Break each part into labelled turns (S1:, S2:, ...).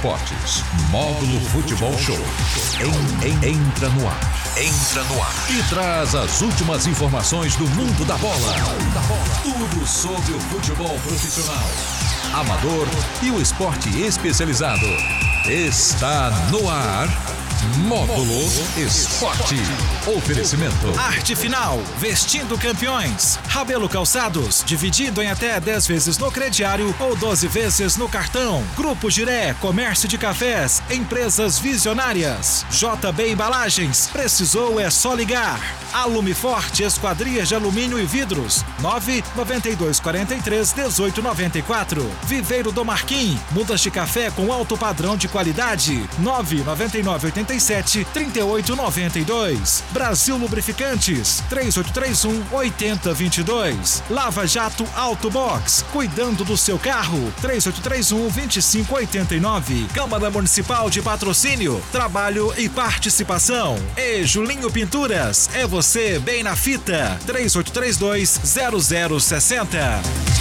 S1: Esportes, Módulo Futebol Show. Entra no ar. Entra no ar. E traz as últimas informações do mundo da bola. Tudo sobre o futebol profissional, amador e o esporte especializado. Está no ar. Módulo Esporte. Oferecimento
S2: Arte Final, vestindo campeões. Rabelo Calçados, dividido em até 10 vezes no crediário ou 12 vezes no cartão. Grupo Giré, comércio de cafés, empresas visionárias. JB Embalagens, precisou é só ligar. Alumiforte, esquadrias de alumínio e vidros. 992431894. Viveiro do Marquim, mudas de café com alto padrão de qualidade. 99987-3892. Brasil Lubrificantes, 3831-8022. Lava Jato Auto Box, cuidando do seu carro, 3831-2589. Câmara Municipal de Patrocínio, Trabalho e Participação. E Julinho Pinturas, é você bem na fita, 3832-0060.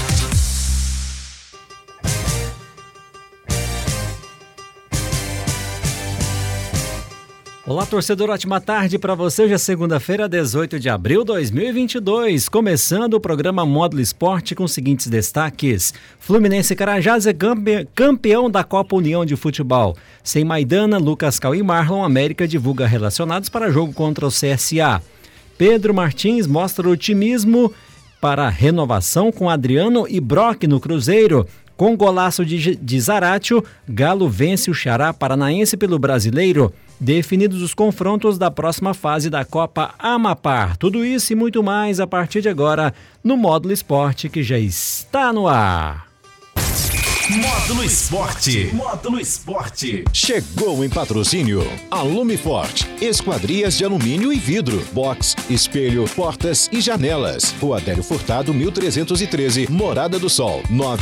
S3: Olá, torcedor, ótima tarde para você. Hoje é segunda-feira, 18 de abril de 2022. Começando o programa Módulo Esporte com os seguintes destaques. Fluminense Carajás é campeão da Copa União de Futebol. Sem Maidana, Lucas Cal e Marlon, América divulga relacionados para jogo contra o CSA. Pedro Martins mostra otimismo para renovação com Adriano e Brock no Cruzeiro. Com golaço de Zaratio, Galo vence o Xará Paranaense pelo Brasileiro. Definidos os confrontos da próxima fase da Copa Amapá. Tudo isso e muito mais a partir de agora no Módulo Esporte, que já está no ar.
S4: Módulo Esporte. Módulo Esporte. Chegou em patrocínio Alumiforte, esquadrias de alumínio e vidro, box, espelho, portas e janelas. Rua Adélio Furtado, 1313, Morada do Sol,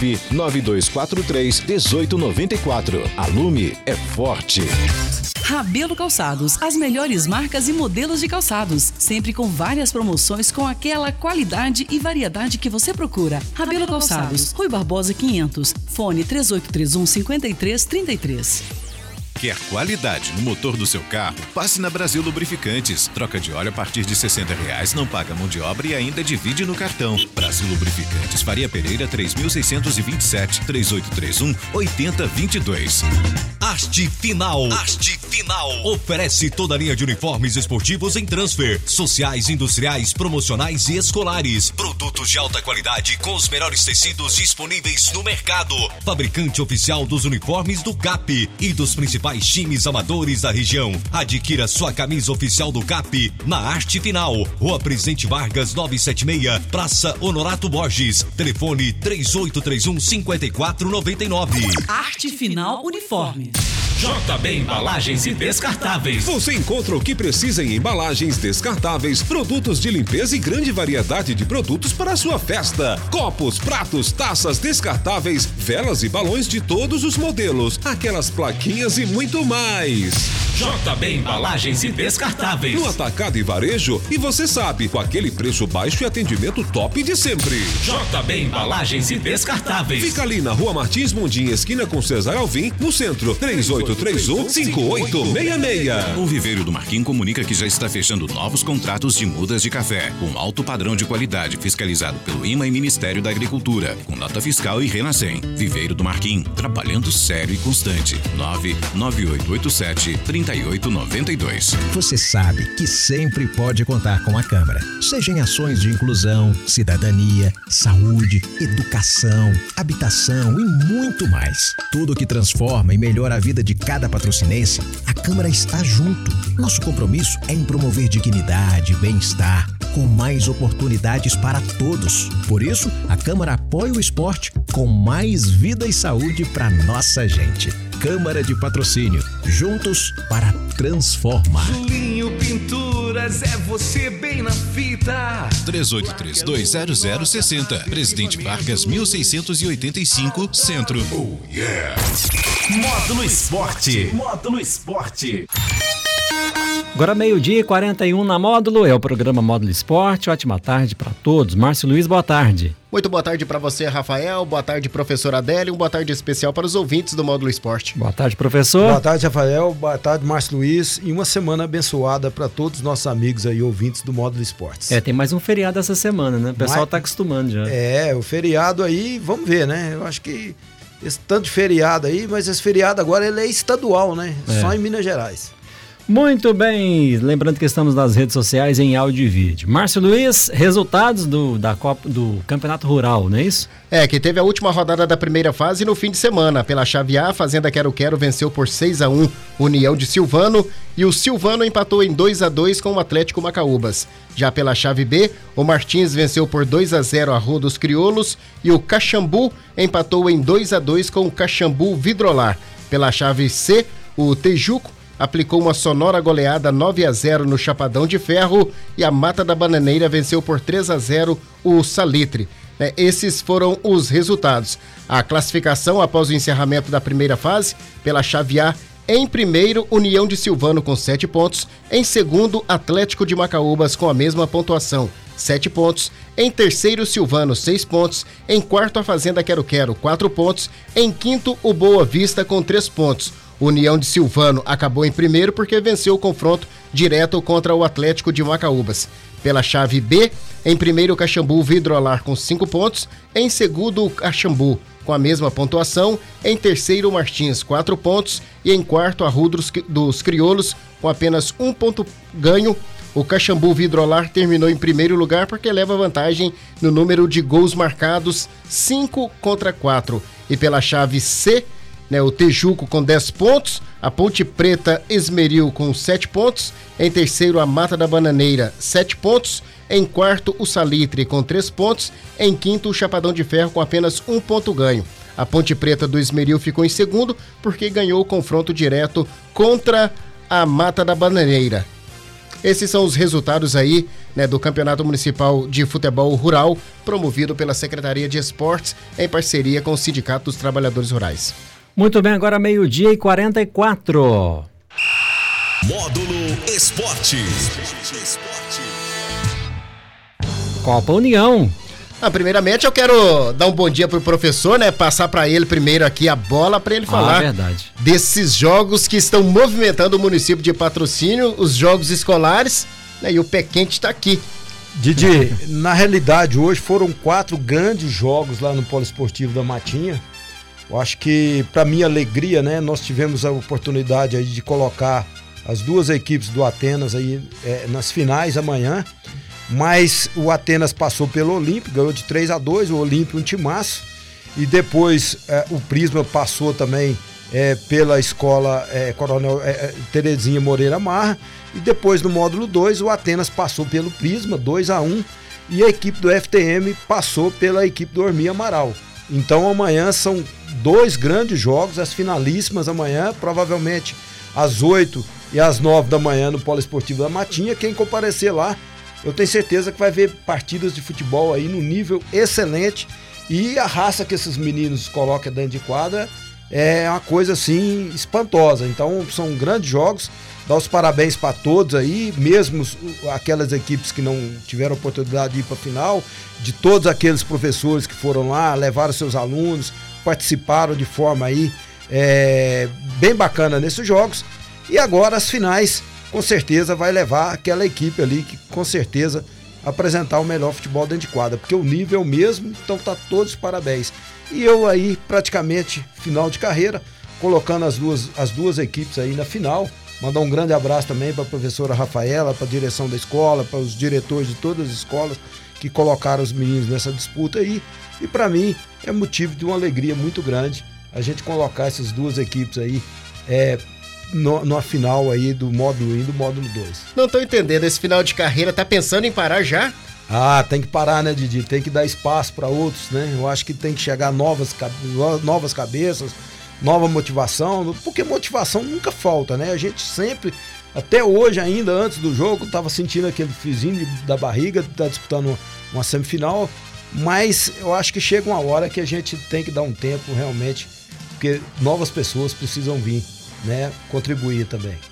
S4: 99243-1894. Alume é forte.
S5: Rabelo Calçados, as melhores marcas e modelos de calçados, sempre com várias promoções com aquela qualidade e variedade que você procura. Rabelo Calçados, Rui Barbosa 500, fone 3831-5333.
S6: Quer qualidade no motor do seu carro? Passe na Brasil Lubrificantes. Troca de óleo a partir de R$60, não paga mão de obra e ainda divide no cartão. Brasil Lubrificantes, Faria Pereira 3627, 3831-8022.
S7: Arte Final. Arte Final. Oferece toda a linha de uniformes esportivos em transfer, sociais, industriais, promocionais e escolares. Produtos de alta qualidade com os melhores tecidos disponíveis no mercado. Fabricante oficial dos uniformes do CAP e dos principais times amadores da região. Adquira sua camisa oficial do CAP na Arte Final. Rua Presidente Vargas 976, Praça Honorato Borges. Telefone 3831-5499.
S5: Arte Final Uniforme.
S4: JB Embalagens e Descartáveis.
S8: Você encontra o que precisa em embalagens descartáveis, produtos de limpeza e grande variedade de produtos para a sua festa. Copos, pratos, taças descartáveis, velas e balões de todos os modelos, aquelas plaquinhas e muito mais.
S4: JB Embalagens e Descartáveis.
S8: No atacado e varejo, e você sabe, com aquele preço baixo e atendimento top de sempre.
S4: JB Embalagens e Descartáveis.
S8: Fica ali na Rua Martins Mundim, esquina com Cesar Alvim, no centro, 3831-5866.
S6: O Viveiro do Marquim comunica que já está fechando novos contratos de mudas de café, com alto padrão de qualidade, fiscalizado pelo IMA e Ministério da Agricultura, com nota fiscal e Renascem. Viveiro do Marquim, trabalhando sério e constante. 99887-3892.
S9: Você sabe que sempre pode contar com a Câmara, seja em ações de inclusão, cidadania, saúde, educação, habitação e muito mais. Tudo que transforma e melhora a vida de cada patrocinense, a Câmara está junto. Nosso compromisso é em promover dignidade, bem-estar, com mais oportunidades para todos. Por isso, a Câmara apoia o esporte com mais vida e saúde para nossa gente. Câmara de Patrocínio, juntos para transformar.
S10: Julinho Pinturas, é você bem na fita.
S6: 3832-0060, Presidente Vargas 1685, Centro.
S4: Oh, yeah. Módulo Esporte. Módulo Esporte.
S3: Agora 12h41 na Módulo, é o programa Módulo Esporte. Ótima tarde para todos. Márcio Luiz, boa tarde.
S11: Muito boa tarde para você, Rafael. Boa tarde, professor Adélio. Boa tarde especial para os ouvintes do Módulo Esporte.
S3: Boa tarde, professor.
S12: Boa tarde, Rafael. Boa tarde, Márcio Luiz. E uma semana abençoada para todos os nossos amigos aí, ouvintes do Módulo Esportes.
S3: Tem mais um feriado essa semana, né? O pessoal tá acostumando já.
S12: O feriado aí, vamos ver, né? Eu acho que esse tanto de feriado aí, mas esse feriado agora ele é estadual, né? Só em Minas Gerais.
S3: Muito bem, lembrando que estamos nas redes sociais em áudio e vídeo. Márcio Luiz, resultados do Campeonato Rural, não é isso?
S11: Que teve a última rodada da primeira fase no fim de semana. Pela chave A, Fazenda Quero-Quero venceu por 6-1 União de Silvano e o Silvano empatou em 2-2 com o Atlético Macaúbas. Já pela chave B, o Martins venceu por 2-0 a Rua dos Crioulos e o Caxambu empatou em 2-2 com o Caxambu Vidrolar. Pela chave C, o Tejuco aplicou uma sonora goleada 9-0 no Chapadão de Ferro e a Mata da Bananeira venceu por 3-0 o Salitre. Esses foram os resultados. A classificação após o encerramento da primeira fase, pela chave A, em primeiro, União de Silvano com 7 pontos, em segundo, Atlético de Macaúbas com a mesma pontuação, 7 pontos, em terceiro, Silvano, 6 pontos, em quarto, a Fazenda Quero-Quero, 4 pontos, em quinto, o Boa Vista com 3 pontos. União de Silvano acabou em primeiro porque venceu o confronto direto contra o Atlético de Macaúbas. Pela chave B, em primeiro o Caxambu Vidrolar com 5 pontos, em segundo o Caxambu com a mesma pontuação, em terceiro o Martins 4 pontos e em quarto a Rua dos Crioulos com apenas 1 ponto ganho. O Caxambu Vidrolar terminou em primeiro lugar porque leva vantagem no número de gols marcados, 5-4. E pela chave C, o Tejuco com 10 pontos, a Ponte Preta Esmeril com 7 pontos, em terceiro a Mata da Bananeira, 7 pontos, em quarto o Salitre com 3 pontos, em quinto o Chapadão de Ferro com apenas 1 ponto ganho. A Ponte Preta do Esmeril ficou em segundo porque ganhou o confronto direto contra a Mata da Bananeira. Esses são os resultados aí, do Campeonato Municipal de Futebol Rural, promovido pela Secretaria de Esportes em parceria com o Sindicato dos Trabalhadores Rurais.
S3: Muito bem, agora 12h44.
S7: Módulo Esporte.
S3: Copa União.
S11: Primeiramente eu quero dar um bom dia pro professor, passar para ele primeiro aqui a bola para ele falar
S3: verdade.
S11: Desses jogos que estão movimentando o município de Patrocínio, os jogos escolares, e o pé quente está aqui.
S12: Didi, na realidade hoje foram 4 grandes jogos lá no Poliesportivo da Matinha. Eu acho que, para minha alegria, nós tivemos a oportunidade aí de colocar as duas equipes do Atenas aí nas finais amanhã, mas o Atenas passou pelo Olímpio, ganhou de 3-2, o Olímpio um timaço, e depois o Prisma passou também pela escola Coronel Terezinha Moreira Marra, e depois no módulo 2 o Atenas passou pelo Prisma, 2-1, e a equipe do FTM passou pela equipe do Ormi Amaral. Então amanhã são 2 grandes jogos, as finalíssimas amanhã, provavelmente às 8 e às 9 da manhã no Poliesportivo da Matinha. Quem comparecer lá, eu tenho certeza que vai ver partidas de futebol aí no nível excelente, e a raça que esses meninos colocam dentro de quadra é uma coisa assim espantosa. Então são grandes jogos, dá os parabéns para todos aí, mesmo aquelas equipes que não tiveram oportunidade de ir para a final, de todos aqueles professores que foram lá, levaram seus alunos, participaram de forma aí bem bacana nesses jogos. E agora as finais, com certeza vai levar aquela equipe ali que com certeza apresentar o melhor futebol dentro de quadra, porque o nível mesmo, então tá todos os parabéns. E eu aí praticamente final de carreira, colocando as duas equipes aí na final. Mandar um grande abraço também para a professora Rafaela, para a direção da escola, para os diretores de todas as escolas que colocaram os meninos nessa disputa aí. E para mim é motivo de uma alegria muito grande a gente colocar essas duas equipes aí na final aí do módulo 1 e do módulo 2.
S11: Não tô entendendo, esse final de carreira tá pensando em parar já?
S12: Tem que parar, né, Didi? Tem que dar espaço para outros, né? Eu acho que tem que chegar novas cabeças, nova motivação, porque motivação nunca falta, né? A gente sempre, até hoje ainda, antes do jogo, tava sentindo aquele friozinho da barriga, tá disputando uma semifinal, mas eu acho que chega uma hora que a gente tem que dar um tempo realmente, porque novas pessoas precisam vir, né, contribuir também.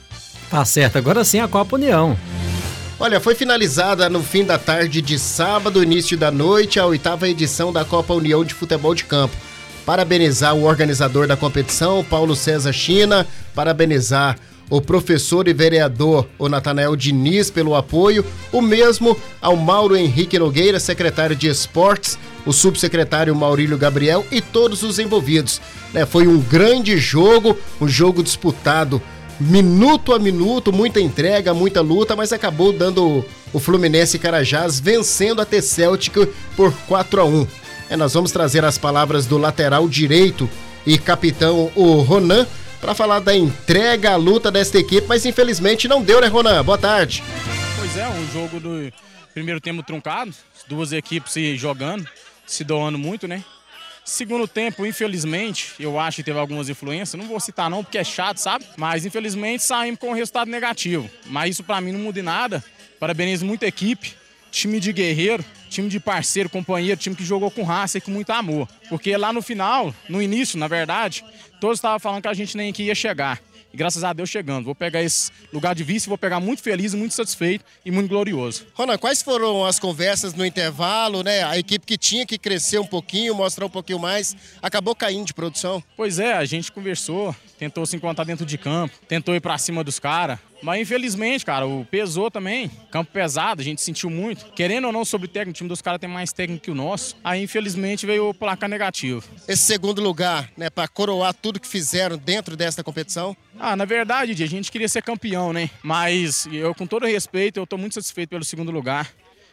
S3: Tá certo, agora sim a Copa União.
S11: Olha, foi finalizada no fim da tarde de sábado, início da noite, a 8ª edição da Copa União de Futebol de Campo. Parabenizar o organizador da competição, Paulo César China, parabenizar o professor e vereador, o Natanael Diniz, pelo apoio, o mesmo ao Mauro Henrique Nogueira, secretário de Esportes, o subsecretário Maurílio Gabriel e todos os envolvidos. Foi um grande jogo, um jogo disputado minuto a minuto, muita entrega, muita luta, mas acabou dando o Fluminense Carajás vencendo a T-Celtic por 4-1. Nós vamos trazer as palavras do lateral direito e capitão, o Ronan, para falar da entrega, a luta desta equipe, mas infelizmente não deu, né, Ronan? Boa tarde.
S13: Pois é, um jogo do primeiro tempo truncado, duas equipes se jogando, se doando muito, né? Segundo tempo, infelizmente, eu acho que teve algumas influências, não vou citar não porque é chato, sabe? Mas infelizmente saímos com um resultado negativo. Mas isso pra mim não muda em nada. Parabenizo muita equipe, time de guerreiro, time de parceiro, companheiro, time que jogou com raça e com muito amor. Porque lá no final, no início, na verdade, todos estavam falando que a gente nem que ia chegar. E graças a Deus chegando. Vou pegar esse lugar de vice, vou pegar muito feliz, muito satisfeito e muito glorioso.
S11: Ronan, quais foram as conversas no intervalo, né? A equipe que tinha que crescer um pouquinho, mostrar um pouquinho mais, acabou caindo de produção?
S13: Pois é, a gente conversou, tentou se encontrar dentro de campo, tentou ir pra cima dos caras. Mas infelizmente, cara, pesou também. Campo pesado, a gente sentiu muito. Querendo ou não, sobre técnico, o time dos caras tem mais técnico que o nosso. Aí infelizmente veio o placar negativo.
S11: Esse segundo lugar, né, pra coroar tudo que fizeram dentro desta competição?
S13: Na verdade, a gente queria ser campeão, né? Mas eu, com todo respeito, eu tô muito satisfeito pelo segundo lugar.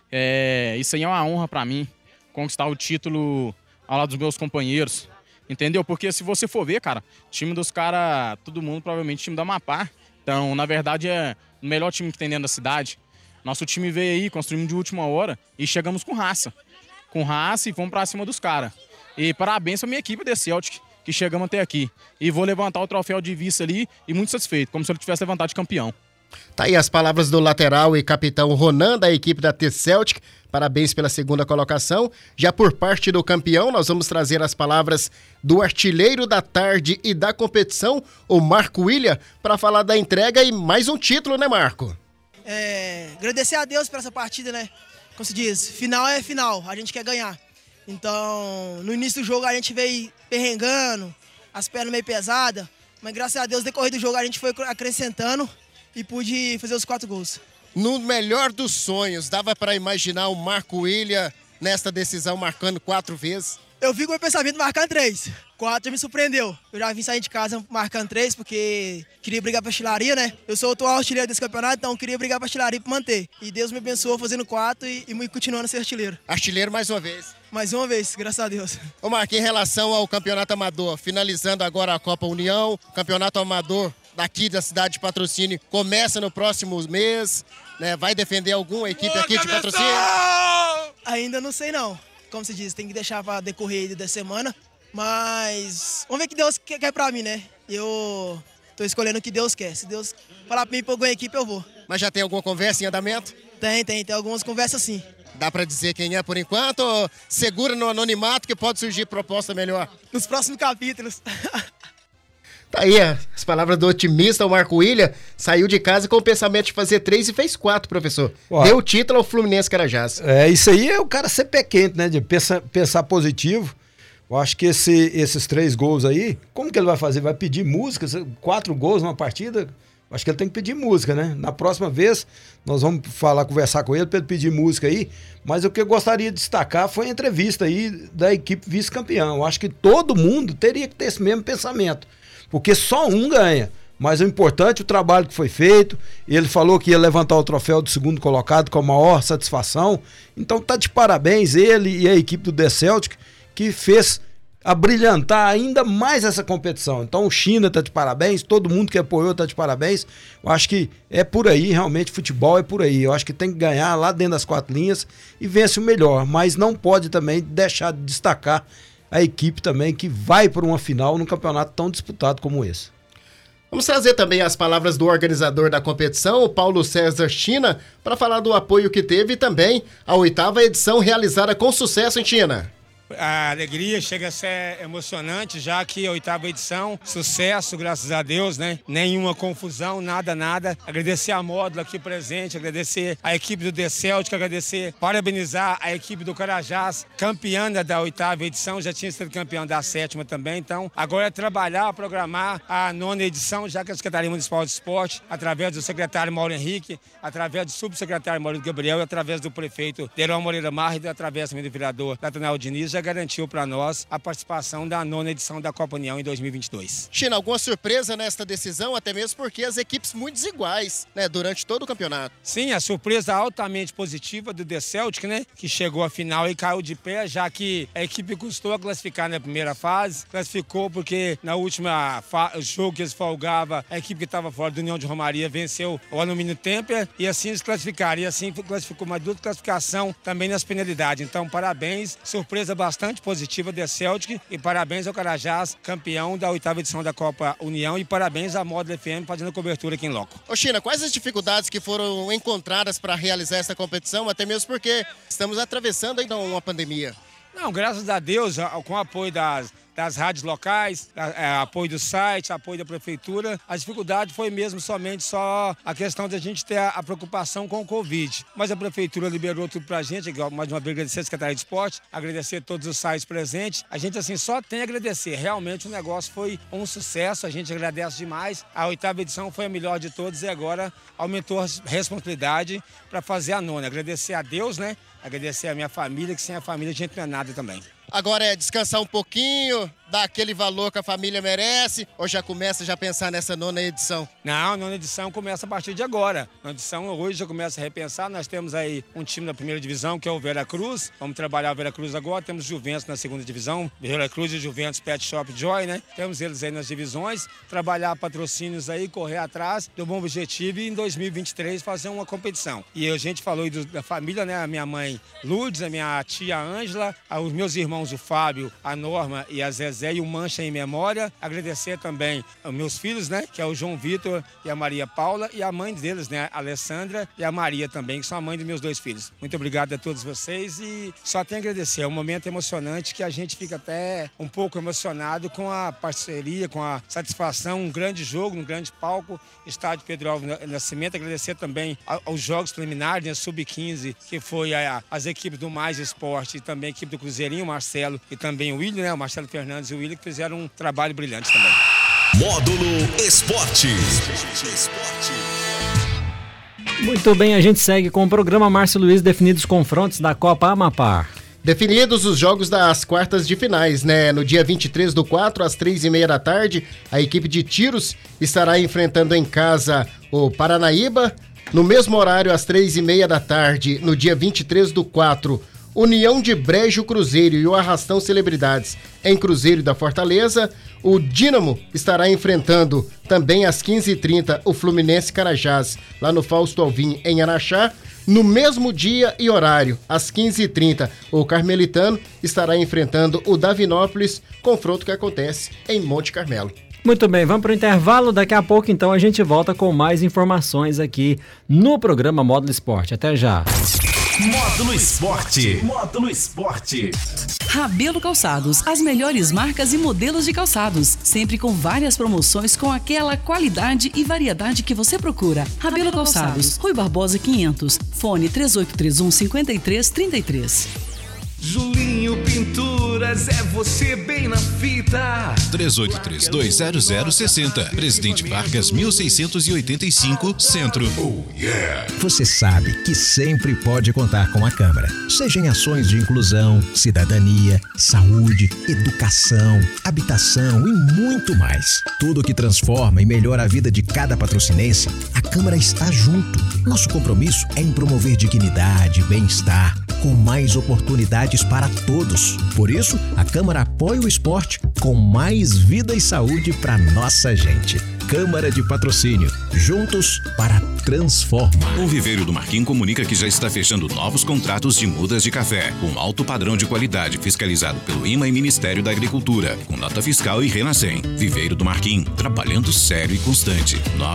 S13: Isso aí é uma honra pra mim, conquistar o título ao lado dos meus companheiros. Entendeu? Porque se você for ver, cara, o time dos caras, todo mundo provavelmente time da Amapá. Então, na verdade, é o melhor time que tem dentro da cidade. Nosso time veio aí, construímos de última hora e chegamos com raça. Com raça e vamos pra cima dos caras. E parabéns pra minha equipe de Celtic, que chegamos até aqui. E vou levantar o troféu de vice ali e muito satisfeito, como se ele tivesse levantado de campeão.
S11: Tá aí as palavras do lateral e capitão Ronan, da equipe da T-Celtic. Parabéns pela segunda colocação. Já por parte do campeão, nós vamos trazer as palavras do artilheiro da tarde e da competição, o Marco William, para falar da entrega e mais um título, né, Marco?
S14: Agradecer a Deus por essa partida, né? Como se diz, final é final, a gente quer ganhar. Então, no início do jogo a gente veio perrengando, as pernas meio pesadas, mas graças a Deus, no decorrer do jogo a gente foi acrescentando e pude fazer os 4 gols.
S11: No melhor dos sonhos, dava para imaginar o Marco William nesta decisão marcando 4 vezes?
S14: Eu vi com o meu pensamento marcando 3. 4 me surpreendeu. Eu já vim sair de casa marcando 3 porque queria brigar pra artilharia, né? Eu sou o atual artilheiro desse campeonato, então queria brigar pra artilharia pra manter. E Deus me abençoou fazendo 4 e continuando a ser artilheiro.
S11: Artilheiro mais uma vez?
S14: Mais uma vez, graças a Deus.
S11: Ô Marco, em relação ao campeonato amador, finalizando agora a Copa União, campeonato amador daqui da cidade de Patrocínio começa no próximo mês, né? Vai defender alguma equipe aqui de Patrocínio?
S14: Ainda não sei não. Como se diz, tem que deixar para decorrer da semana. Mas vamos ver o que Deus quer pra mim, né? Eu tô escolhendo o que Deus quer. Se Deus falar pra mim pra alguma equipe, eu vou.
S11: Mas já tem alguma conversa em andamento?
S14: Tem algumas conversas sim.
S11: Dá pra dizer quem é por enquanto ou segura no anonimato que pode surgir proposta melhor?
S14: Nos próximos capítulos.
S11: Tá aí as palavras do otimista, o Marco William, saiu de casa com o pensamento de fazer 3 e fez 4, professor. Deu o título ao Fluminense Carajás.
S12: Isso aí é o cara ser pé quente, né? De pensar positivo. Eu acho que esses 3 gols aí, como que ele vai fazer? Vai pedir música? 4 gols numa partida? Eu acho que ele tem que pedir música, né? Na próxima vez, nós vamos conversar com ele para ele pedir música aí. Mas o que eu gostaria de destacar foi a entrevista aí da equipe vice-campeão. Eu acho que todo mundo teria que ter esse mesmo pensamento. Porque só um ganha, mas o importante é o trabalho que foi feito. Ele falou que ia levantar o troféu do segundo colocado com a maior satisfação. Então tá de parabéns ele e a equipe do The Celtic, que fez abrilhantar ainda mais essa competição. Então o China tá de parabéns, todo mundo que apoiou tá de parabéns. Eu acho que é por aí, realmente, futebol é por aí. Eu acho que tem que ganhar lá dentro das 4 linhas e vence o melhor, mas não pode também deixar de destacar a equipe também que vai para uma final num campeonato tão disputado como esse.
S11: Vamos trazer também as palavras do organizador da competição, o Paulo César China, para falar do apoio que teve e também a 8ª edição realizada com sucesso em China.
S15: A alegria chega a ser emocionante, já que a 8ª edição, sucesso, graças a Deus, né? Nenhuma confusão, nada. Agradecer a Módulo aqui presente, agradecer a equipe do The Celtic, parabenizar a equipe do Carajás, campeã da 8ª edição, já tinha sido campeão da 7ª também. Então, agora é trabalhar, programar a 9ª edição, já que a Secretaria Municipal de Esporte, através do secretário Mauro Henrique, através do subsecretário Mauro Gabriel, através do prefeito Deron Moreira Marra e através também do vereador Natanael Diniz, já garantiu para nós a participação da 9ª edição da Copa União em 2022.
S11: China, alguma surpresa nesta decisão, até mesmo porque as equipes muito desiguais, né, durante todo o campeonato?
S15: Sim, a surpresa altamente positiva do The Celtic, né, que chegou à final e caiu de pé, já que a equipe custou a classificar na primeira fase, classificou porque na última jogo que eles folgavam, a equipe que estava fora do União de Romaria venceu o Alumínio Temper e assim eles classificaram, e assim classificou uma dupla classificação também nas penalidades. Então, parabéns, surpresa bastante positiva do Celtic e parabéns ao Carajás, campeão da 8ª edição da Copa União, e parabéns à Módulo FM fazendo cobertura aqui em loco.
S11: Ô China, quais as dificuldades que foram encontradas para realizar essa competição, até mesmo porque estamos atravessando ainda uma pandemia?
S15: Não, graças a Deus, com o apoio das rádios locais, apoio do site, apoio da prefeitura. A dificuldade foi mesmo somente a questão da gente ter a preocupação com o Covid. Mas a prefeitura liberou tudo pra gente, mais uma vez agradecer a Secretaria de Esporte, agradecer a todos os sites presentes. A gente assim só tem a agradecer. Realmente o negócio foi um sucesso, a gente agradece demais. A 8ª edição foi a melhor de todas e agora aumentou a responsabilidade para fazer a 9ª. Agradecer a Deus, né? Agradecer a minha família, que sem a família a gente não é nada também.
S11: Agora é descansar um pouquinho, dar aquele valor que a família merece, ou já começa a pensar nessa 9ª edição?
S15: Não, a 9ª edição começa a partir de agora. A 9ª edição hoje já começa a repensar. Nós temos aí um time da primeira divisão, que é o Veracruz. Vamos trabalhar o Veracruz agora. Temos Juventus na 2ª divisão, Veracruz e Juventus Pet Shop Joy, né? Temos eles aí nas divisões. Trabalhar patrocínios aí, correr atrás do bom objetivo e em 2023 fazer uma competição. E a gente falou aí da família, né? A minha mãe Lourdes, a minha tia Ângela, os meus irmãos o Fábio, a Norma e a Zezé e o Mancha em memória. Agradecer também aos meus filhos, né? Que é o João Vitor e a Maria Paula, e a mãe deles, né? A Alessandra e a Maria também, que são a mãe dos meus 2 filhos. Muito obrigado a todos vocês e só tenho a agradecer. É um momento emocionante que a gente fica até um pouco emocionado com a parceria, com a satisfação, um grande jogo, um grande palco, estádio Pedro Álvares Nascimento. Agradecer também aos jogos preliminares, né? Sub-15, que foi as equipes do Mais Esporte e também a equipe do Cruzeirinho, o Marcelo e também o William, né? O Marcelo Fernandes e o William, que fizeram um trabalho brilhante também.
S1: Módulo Esporte.
S3: Muito bem, a gente segue com o programa Márcio Luiz, definidos os confrontos da Copa Amapá.
S11: Definidos os jogos das quartas de finais, né? No dia 23/4, às 3h30 da tarde, a equipe de Tiros estará enfrentando em casa o Paranaíba. No mesmo horário, às 3h30 da tarde, no dia 23/4, União de Brejo Cruzeiro e o Arrastão Celebridades em Cruzeiro da Fortaleza. O Dínamo estará enfrentando também às 15h30 o Fluminense Carajás, lá no Fausto Alvim, em Araxá. No mesmo dia e horário, às 15h30, o Carmelitano estará enfrentando o Davinópolis, confronto que acontece em Monte Carmelo.
S3: Muito bem, vamos para o intervalo. Daqui a pouco, então, a gente volta com mais informações aqui no programa Módulo Esporte. Até já.
S1: Módulo Esporte. Módulo Esporte.
S5: Rabelo Calçados, as melhores marcas e modelos de calçados, sempre com várias promoções com aquela qualidade e variedade que você procura. Rabelo Calçados, Rui Barbosa 500, fone 3831-5333.
S10: Julinho Pinturas, é você bem na fita.
S6: 38320060, Presidente Vargas 1685, Centro.
S9: Oh, yeah. Você sabe que sempre pode contar com a Câmara, seja em ações de inclusão, cidadania, saúde, educação, habitação e muito mais. Tudo que transforma e melhora a vida de cada patrocinense, a Câmara está junto. Nosso compromisso é em promover dignidade, bem-estar, com mais oportunidades para todos. Por isso, a Câmara apoia o esporte com mais vida e saúde para nossa gente. Câmara de Patrocínio. Juntos para transformar.
S6: O Viveiro do Marquim comunica que já está fechando novos contratos de mudas de café, com alto padrão de qualidade, fiscalizado pelo IMA e Ministério da Agricultura, com nota fiscal e Renascem. Viveiro do Marquim, trabalhando sério e constante.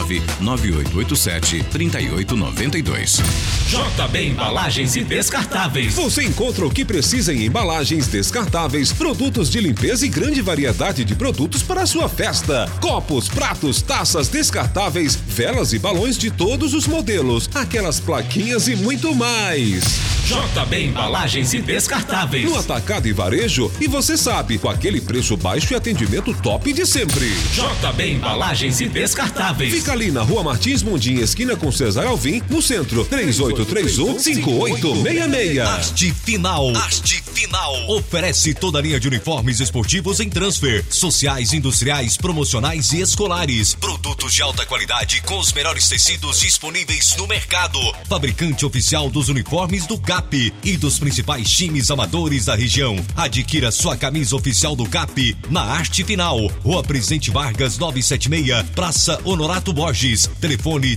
S6: 99887-3892.
S7: JB Embalagens e Descartáveis.
S8: Você encontra o que precisa em embalagens descartáveis, produtos de limpeza e grande variedade de produtos para a sua festa. Copos, pratos, taças descartáveis, velas e balões de todos os modelos, aquelas plaquinhas e muito mais.
S7: JB Embalagens e Descartáveis.
S8: No atacado e varejo, e você sabe, com aquele preço baixo e atendimento top de sempre.
S7: JB Embalagens e Descartáveis.
S8: Fica ali na Rua Martins Mundim, esquina com Cesar Alvim, no centro, 3831-5866.
S7: Haste Final. Haste Final. Oferece toda a linha de uniformes esportivos em transfer, sociais, industriais, promocionais e escolares. Produtos de alta qualidade com os melhores tecidos disponíveis no mercado. Fabricante oficial dos uniformes do CAP e dos principais times amadores da região. Adquira sua camisa oficial do CAP na Haste Final. Rua Presidente Vargas 976, Praça Honorato Borges. Telefone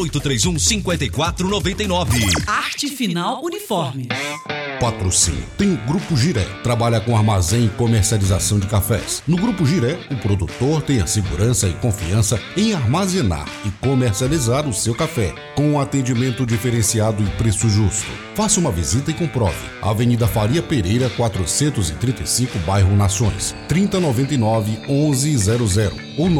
S7: 3831-5499.
S5: Haste Final Uniforme.
S16: Patrocínio. Tem o Grupo Giré. Trabalha com armazém e comercialização de cafés. No Grupo Giré, o produtor tem a segurança e confiança em armazenar e comercializar o seu café, com um atendimento diferenciado e preço justo. Faça uma visita e comprove. Avenida Faria Pereira, 435, bairro Nações. 3099-1100 ou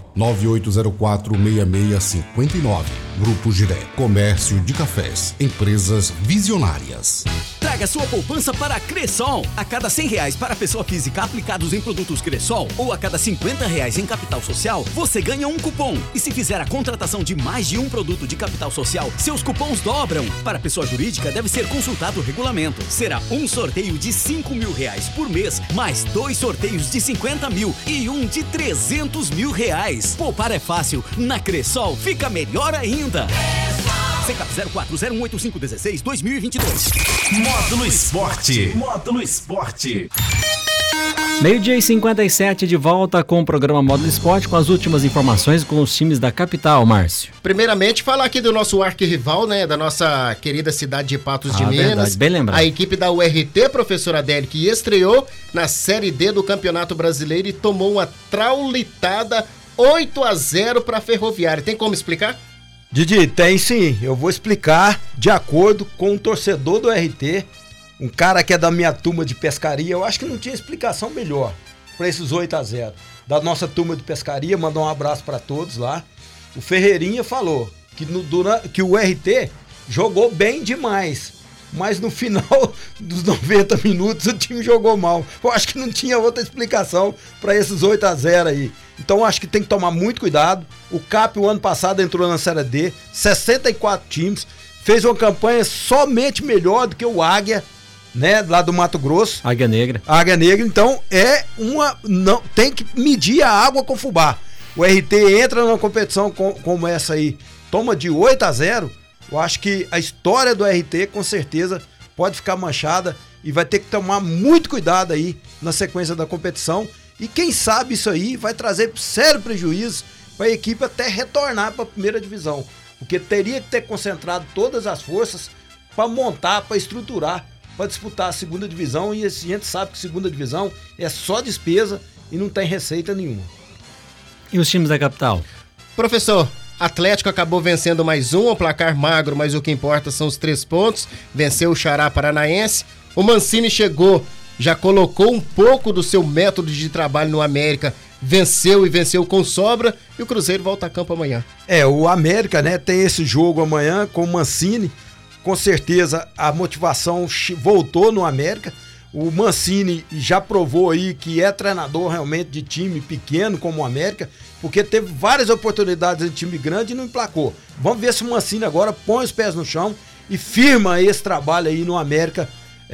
S16: 99804-6659. Grupo Giré. Comércio de cafés. Empresas visionárias.
S17: Traga sua poupança para a Cressol. A cada R$100 para pessoa física aplicados em produtos Cressol ou a cada R$50 em capital social, você ganha um cupom. E se fizer a contratação de mais de um produto de capital social, seus cupons dobram. Para pessoa jurídica, deve ser consultado o regulamento. Será um sorteio de R$5.000 por mês, mais 2 sorteios de 50 mil e um de 300 mil reais. Poupar é fácil. Na Cressol fica melhor ainda. CECAP 04018516-2022.
S7: Módulo Esporte. Módulo Esporte.
S3: Meio-dia e 57, de volta com o programa Módulo Esporte, com as últimas informações com os times da capital, Márcio.
S11: Primeiramente, falar aqui do nosso arquirrival, né, da nossa querida cidade de Patos de Minas.
S3: Verdade, bem lembrado.
S11: A equipe da URT, professora Adélio, que estreou na Série D do Campeonato Brasileiro e tomou uma traulitada 8-0 para a Ferroviária. Tem como explicar?
S12: Didi, tem sim. Eu vou explicar de acordo com um torcedor do RT, um cara que é da minha turma de pescaria. Eu acho que não tinha explicação melhor para esses 8-0. Da nossa turma de pescaria, mandou um abraço para todos lá. O Ferreirinha falou que o RT jogou bem demais, mas no final dos 90 minutos o time jogou mal. Eu acho que não tinha outra explicação para esses 8-0 aí. Então acho que tem que tomar muito cuidado. O CAP o ano passado entrou na Série D, 64 times, fez uma campanha somente melhor do que o Águia, né, lá do Mato Grosso.
S3: Águia Negra.
S12: Águia Negra, então não tem que medir a água com fubá. O RT entra numa competição como essa aí, toma de 8-0, eu acho que a história do RT com certeza pode ficar manchada e vai ter que tomar muito cuidado aí na sequência da competição. E quem sabe isso aí vai trazer sério prejuízo para a equipe até retornar para a primeira divisão. Porque teria que ter concentrado todas as forças para montar, para estruturar, para disputar a segunda divisão. E a gente sabe que segunda divisão é só despesa e não tem receita nenhuma.
S3: E os times da capital?
S11: Professor, Atlético acabou vencendo mais um, o placar magro, mas o que importa são os 3 pontos. Venceu o Xará Paranaense. O Mancini chegou, já colocou um pouco do seu método de trabalho no América, venceu com sobra, e o Cruzeiro volta a campo amanhã.
S12: O América, né, tem esse jogo amanhã com o Mancini, com certeza a motivação voltou no América. O Mancini já provou aí que é treinador realmente de time pequeno como o América, porque teve várias oportunidades em time grande e não emplacou. Vamos ver se o Mancini agora põe os pés no chão e firma esse trabalho aí no América,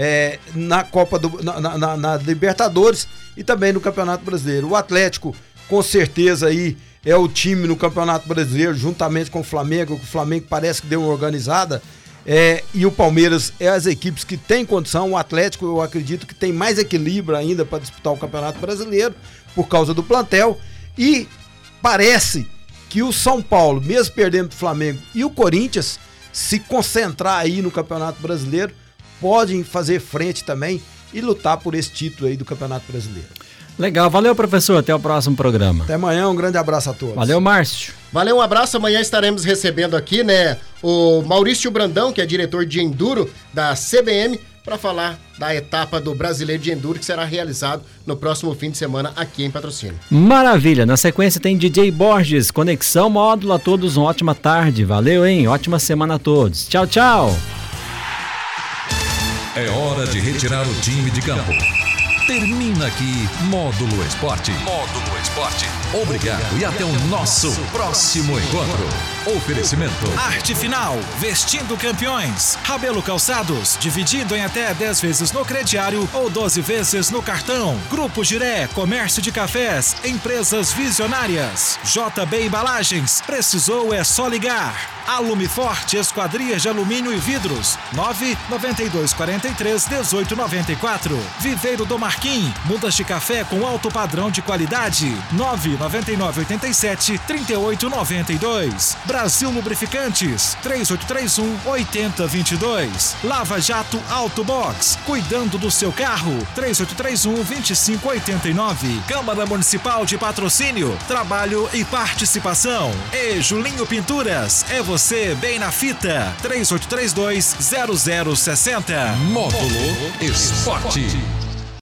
S12: na Copa na Libertadores e também no Campeonato Brasileiro. O Atlético, com certeza aí, é o time no Campeonato Brasileiro, juntamente com o Flamengo parece que deu uma organizada, e o Palmeiras é as equipes que têm condição. O Atlético, eu acredito que tem mais equilíbrio ainda para disputar o Campeonato Brasileiro, por causa do plantel, e parece que o São Paulo, mesmo perdendo pro Flamengo, e o Corinthians, se concentrar aí no Campeonato Brasileiro, podem fazer frente também e lutar por esse título aí do Campeonato Brasileiro.
S3: Legal, valeu, professor, até o próximo programa.
S12: Até amanhã, um grande abraço a todos.
S3: Valeu, Márcio.
S11: Valeu, um abraço, amanhã estaremos recebendo aqui, né, o Maurício Brandão, que é diretor de Enduro da CBM, para falar da etapa do Brasileiro de Enduro que será realizado no próximo fim de semana aqui em Patrocínio.
S3: Maravilha, na sequência tem DJ Borges, Conexão Módulo, a todos uma ótima tarde, valeu, hein, ótima semana a todos, tchau, tchau.
S1: É hora de retirar o time de campo. Termina aqui Módulo Esporte. Módulo Esporte. Obrigado e até o nosso próximo encontro. Oferecimento.
S2: Arte Final, vestindo campeões. Rabelo Calçados, dividido em até 10 vezes no crediário ou 12 vezes no cartão. Grupo Giré, comércio de cafés, empresas visionárias. JB Embalagens, precisou é só ligar. Alume Forte, esquadrias de alumínio e vidros. 99243-1894. Viveiro do Marquim, mudas de café com alto padrão de qualidade. 99987-3892. Brasil Lubrificantes, 3831-8022. Lava Jato Auto Box, cuidando do seu carro. 3831-2589. Câmara Municipal de Patrocínio, Trabalho e Participação. E Julinho Pinturas, é você bem na fita. 3832-0060.
S1: Módulo Esporte.